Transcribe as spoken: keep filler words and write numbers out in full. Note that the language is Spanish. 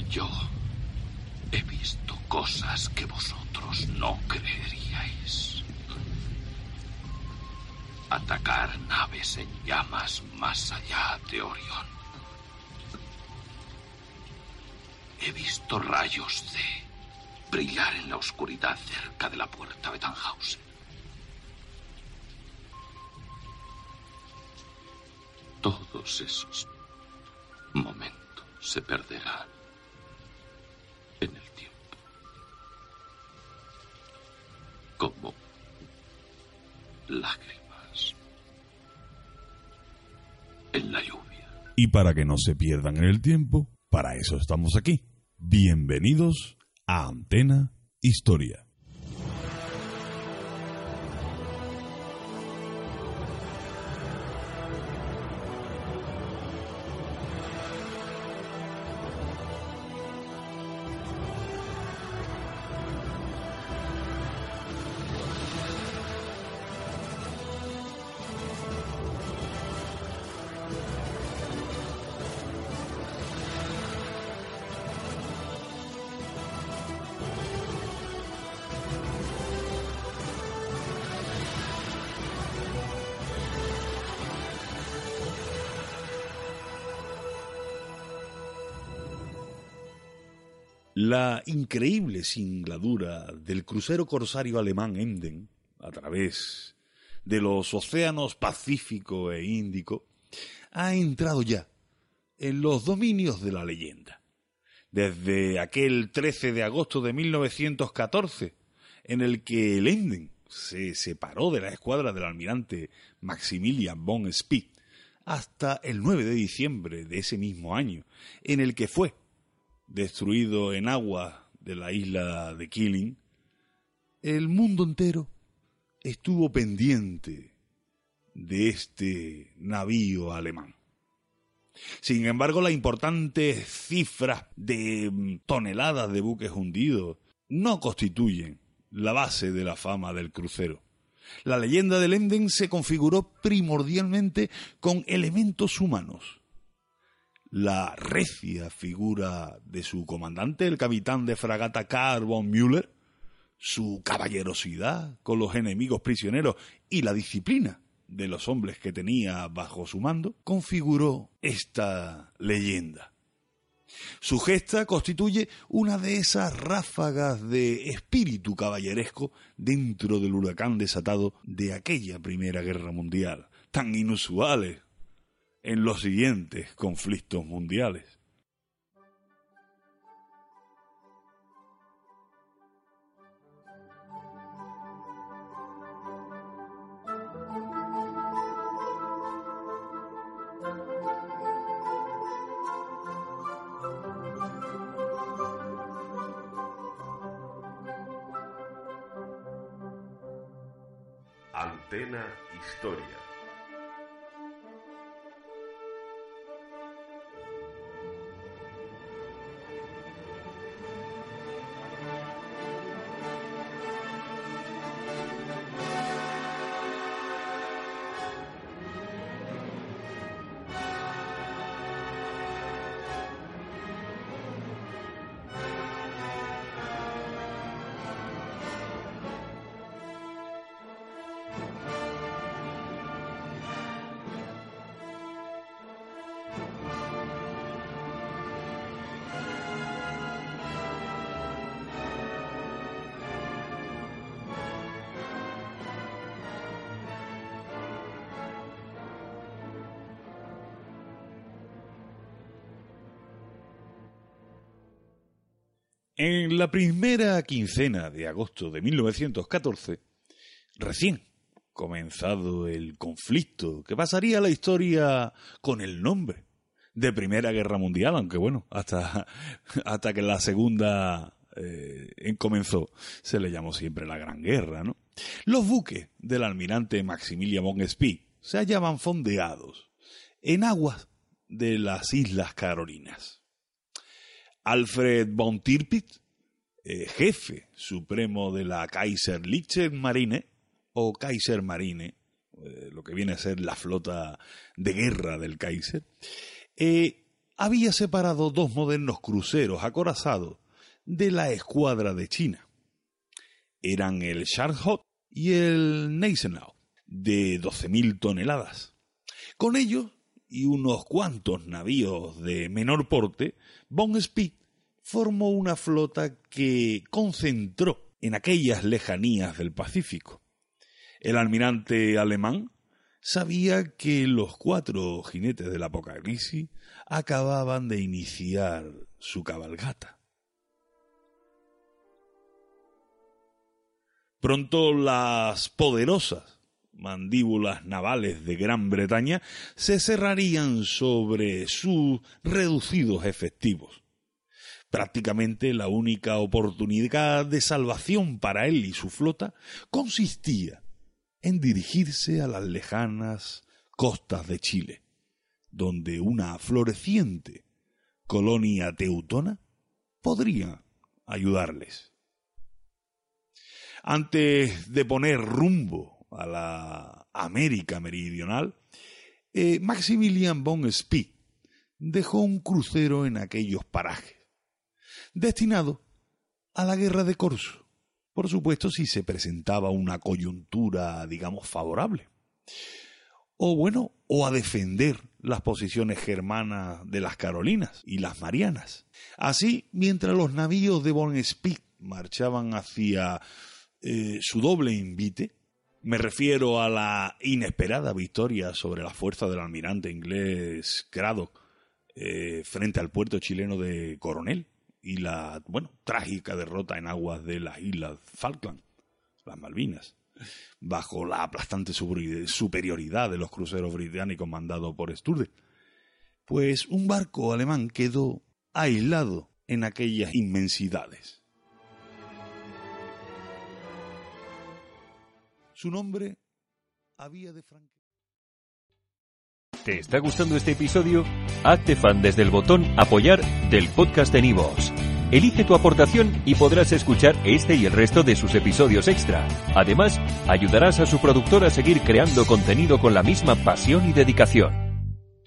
Yo he visto cosas que vosotros no creeríais. Atacar naves en llamas más allá de Orión. He visto rayos de brillar en la oscuridad cerca de la puerta de Tannhausen. Todos esos momentos se perderán en el tiempo. Como lágrimas en la lluvia. Y para que no se pierdan en el tiempo, para eso estamos aquí. Bienvenidos a Antena Historia. La increíble singladura del crucero corsario alemán Emden, a través de los océanos Pacífico e Índico, ha entrado ya en los dominios de la leyenda. Desde aquel trece de agosto de mil novecientos catorce, en el que el Emden se separó de la escuadra del almirante Maximilian von Spee, hasta el nueve de diciembre de ese mismo año, en el que fue destruido en agua de la isla de Killing, el mundo entero estuvo pendiente de este navío alemán. Sin embargo, las importantes cifras de toneladas de buques hundidos no constituyen la base de la fama del crucero. La leyenda del Emden se configuró primordialmente con elementos humanos. La recia figura de su comandante, el capitán de fragata Karl von Müller, su caballerosidad con los enemigos prisioneros y la disciplina de los hombres que tenía bajo su mando, configuró esta leyenda. Su gesta constituye una de esas ráfagas de espíritu caballeresco dentro del huracán desatado de aquella Primera Guerra Mundial, tan inusuales en los siguientes conflictos mundiales. Antena Historia. En la primera quincena de agosto de mil novecientos catorce, recién comenzado el conflicto que pasaría a la historia con el nombre de Primera Guerra Mundial, aunque bueno, hasta, hasta que la segunda eh, comenzó, se le llamó siempre la Gran Guerra, ¿no? Los buques del almirante Maximilian von Spee se hallaban fondeados en aguas de las Islas Carolinas. Alfred von Tirpitz, eh, jefe supremo de la Kaiserliche Marine, o Kaiser Marine, eh, lo que viene a ser la flota de guerra del Kaiser, eh, había separado dos modernos cruceros acorazados de la escuadra de China. Eran el Sharkhot y el Gneisenau, de doce mil toneladas. Con ellos y unos cuantos navíos de menor porte, von Spee formó una flota que concentró en aquellas lejanías del Pacífico. El almirante alemán sabía que los cuatro jinetes del Apocalipsis acababan de iniciar su cabalgata. Pronto las poderosas mandíbulas navales de Gran Bretaña se cerrarían sobre sus reducidos efectivos. Prácticamente la única oportunidad de salvación para él y su flota consistía en dirigirse a las lejanas costas de Chile, donde una floreciente colonia teutona podría ayudarles. Antes de poner rumbo a la América meridional, eh, Maximilian von Spee dejó un crucero en aquellos parajes, destinado a la guerra de Corso, por supuesto si se presentaba una coyuntura, digamos, favorable, o bueno, o a defender las posiciones germanas de las Carolinas y las Marianas. Así, mientras los navíos de von Spee marchaban hacia eh, su doble invite, me refiero a la inesperada victoria sobre la fuerza del almirante inglés Cradock eh, frente al puerto chileno de Coronel y la, bueno, trágica derrota en aguas de las islas Falkland, las Malvinas, bajo la aplastante superioridad de los cruceros británicos mandados por Sturde. Pues un barco alemán quedó aislado en aquellas inmensidades. Su nombre había de franqueza. ¿Te está gustando este episodio? Hazte fan desde el botón Apoyar del podcast de Nivos. Elige tu aportación y podrás escuchar este y el resto de sus episodios extra. Además, ayudarás a su productor a seguir creando contenido con la misma pasión y dedicación.